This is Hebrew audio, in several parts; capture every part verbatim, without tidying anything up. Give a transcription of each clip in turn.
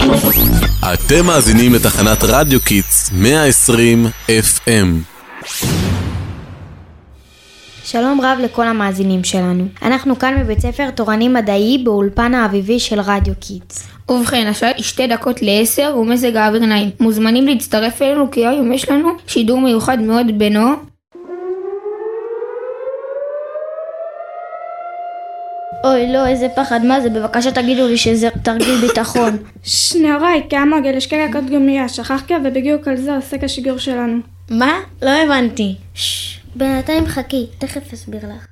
אתם מאזינים לתחנת רדיו קיטס מאה ועשרים אף אם. שלום רב לכל המאזינים שלנו. אנחנו כאן בבית ספר תורני מדעי באולפן האביבי של רדיו קיטס. ובכן, השעה היא שתי דקות לעשר ומזג האוויר נעים. מוזמנים להצטרף אלינו כי היום יש לנו שידור מיוחד מאוד בינו. אוי לא, איזה פחד, מה זה? בבקשה תגידו לי שזה תרגיל ביטחון. שנערי, כמה גל, שתי דקות גמיה, שכחתי ובדיוק על זה עוסק השיגור שלנו. מה? לא הבנתי. ששש, בינתיים חכי, תכף אסביר לך.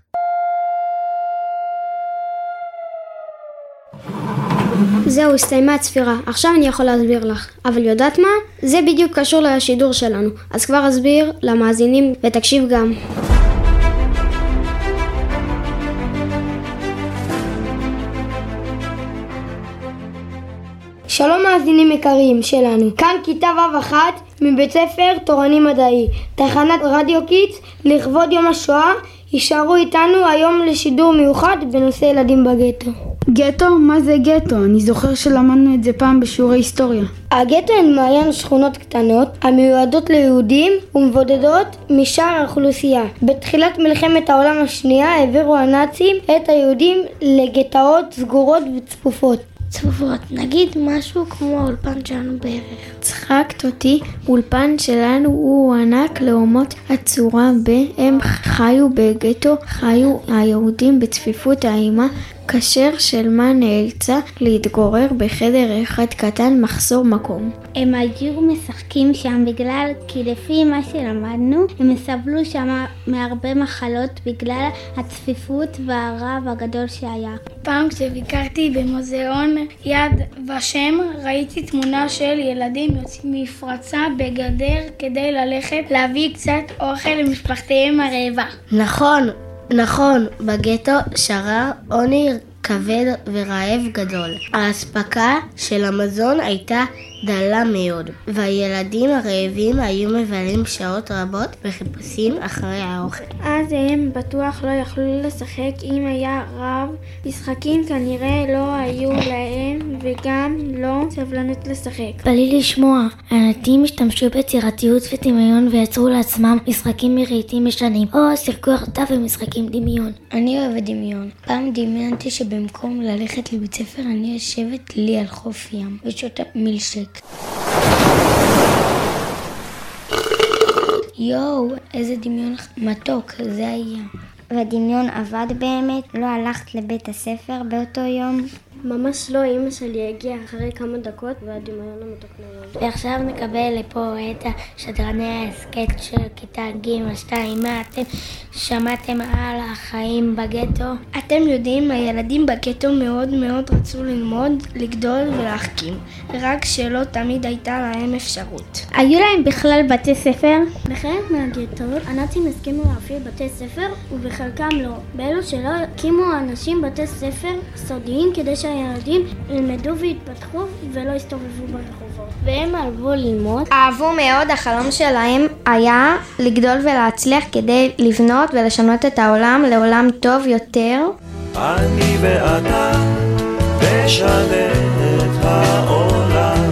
זהו, הסתיימה הצפירה, עכשיו אני יכול להסביר לך. אבל יודעת מה? זה בדיוק קשור לשידור שלנו, אז כבר אסביר למאזינים ותקשיב גם. שלום מאזינים יקרים שלנו, כאן כיתה ו' אחת מבית ספר תורני מדעי, תחנת רדיו קיטס לכבוד יום השואה. יישארו איתנו היום לשידור מיוחד בנושא ילדים בגטו. גטו? מה זה גטו? אני זוכר שלמדנו את זה פעם בשיעורי היסטוריה. הגטו הן מעיין שכונות קטנות המיועדות ליהודים ומבודדות משאר האוכלוסייה. בתחילת מלחמת העולם השנייה העבירו הנאצים את היהודים לגטאות סגורות וצפופות. צפופות, נגיד משהו כמו האולפן שלנו בערך. צחקת אותי, אולפן שלנו הוא ענק לעומת הצורה בהם חיו בגטו, חיו היהודים בצפיפות האימה, כאשר שלמה נאלצה להתגורר בחדר אחד קטן מחסור מקום. הם היו משחקים שם בגלל, כי לפי מה שלמדנו, הם סבלו שם מהרבה מחלות בגלל הצפיפות והרעב הגדול שהיה. פעם כשביקרתי במוזיאון יד ושם, ראיתי תמונה של ילדים יוצאים מפרצה בגדר כדי ללכת להביא קצת אוכל למשפחתיהם הרעבה. נכון, נכון, בגטו שרה עוני כבד ורעב גדול. האספקה של המזון הייתה דלה מאוד, והילדים הרעבים היו מבלים שעות רבות בחיפושים אחרי האוכל. אז הם בטוח לא יכלו לשחק אם היה רעב. משחקים כנראה לא היו להם וגם לא סבלנות לשחק. בלי לשמוע, הילדים השתמשו ביצירתיות ודמיון ויצרו לעצמם משחקים מרהיטים משנים, או שיחקו יחדיו במשחקים דמיון. אני אוהבת דמיון. פעם דמיינתי שבמקום ללכת לבית ספר אני יושבת לי על חוף ים ושותה מילשק. יואו, איזה דמיון מתוק זה היה. והדמיון עבד באמת? לא הלכת לבית הספר באותו יום? ממש לא, אמא שלי הגיעה אחרי כמה דקות והדמיון המתוק נורא. ועכשיו נקבל לפה את השדרני הסקט של כיתה ג' שתיים. מה אתם שמעתם על החיים בגטו? אתם יודעים, הילדים בגטו מאוד מאוד רצו ללמוד, לגדול ולהחכים, רק שלא תמיד הייתה להם אפשרות. היו להם בכלל בתי ספר? בחלק מהגטות הנאצים הסכימו להפעיל בתי ספר ובחלקם לא. באלו שלא הקימו אנשים בתי ספר סודיים כדי שהילדים ילמדו והתפתחו ולא הסתובבו ברחובות. והם אהבו ללמוד. אהבו מאוד, החלום שלהם היה לגדול ולהצליח כדי לבנות ולשנות את העולם לעולם טוב יותר. אני ואתה נשנה את העולם.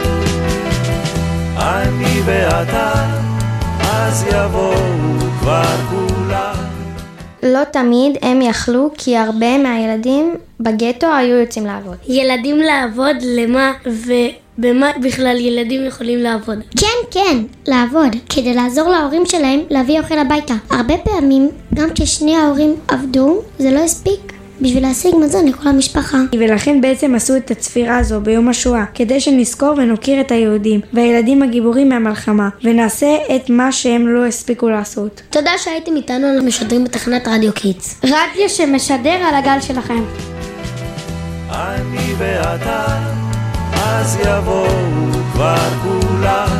אני ואתה אז יבואו כבר כולם. לא תמיד הם יכלו, כי הרבה מהילדים בגטו היו יוצאים לעבוד. ילדים לעבוד למה ובמה בכלל ילדים יכולים לעבוד? כן, כן, לעבוד, כדי לעזור להורים שלהם להביא אוכל הביתה. הרבה פעמים, גם כששני ההורים עבדו, זה לא הספיק בשביל להשיג מזון לכל המשפחה. ולכן בעצם עשו את הצפירה הזו ביום השואה, כדי שנזכור ונוקיר את היהודים והילדים הגיבורים מהמלחמה, ונעשה את מה שהם לא הספיקו לעשות. תודה שהייתם איתנו משדרים בתחנת רדיו קיטס. רדיו שמשדר על הגל שלכם. אני ואתה אז יבואו כבר כולם.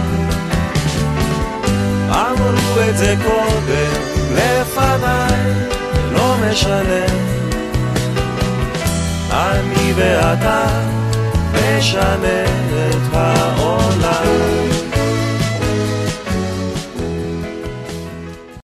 אמרו את זה קודם לפניי, לא משנה. אני ואתה נשנה את העולם.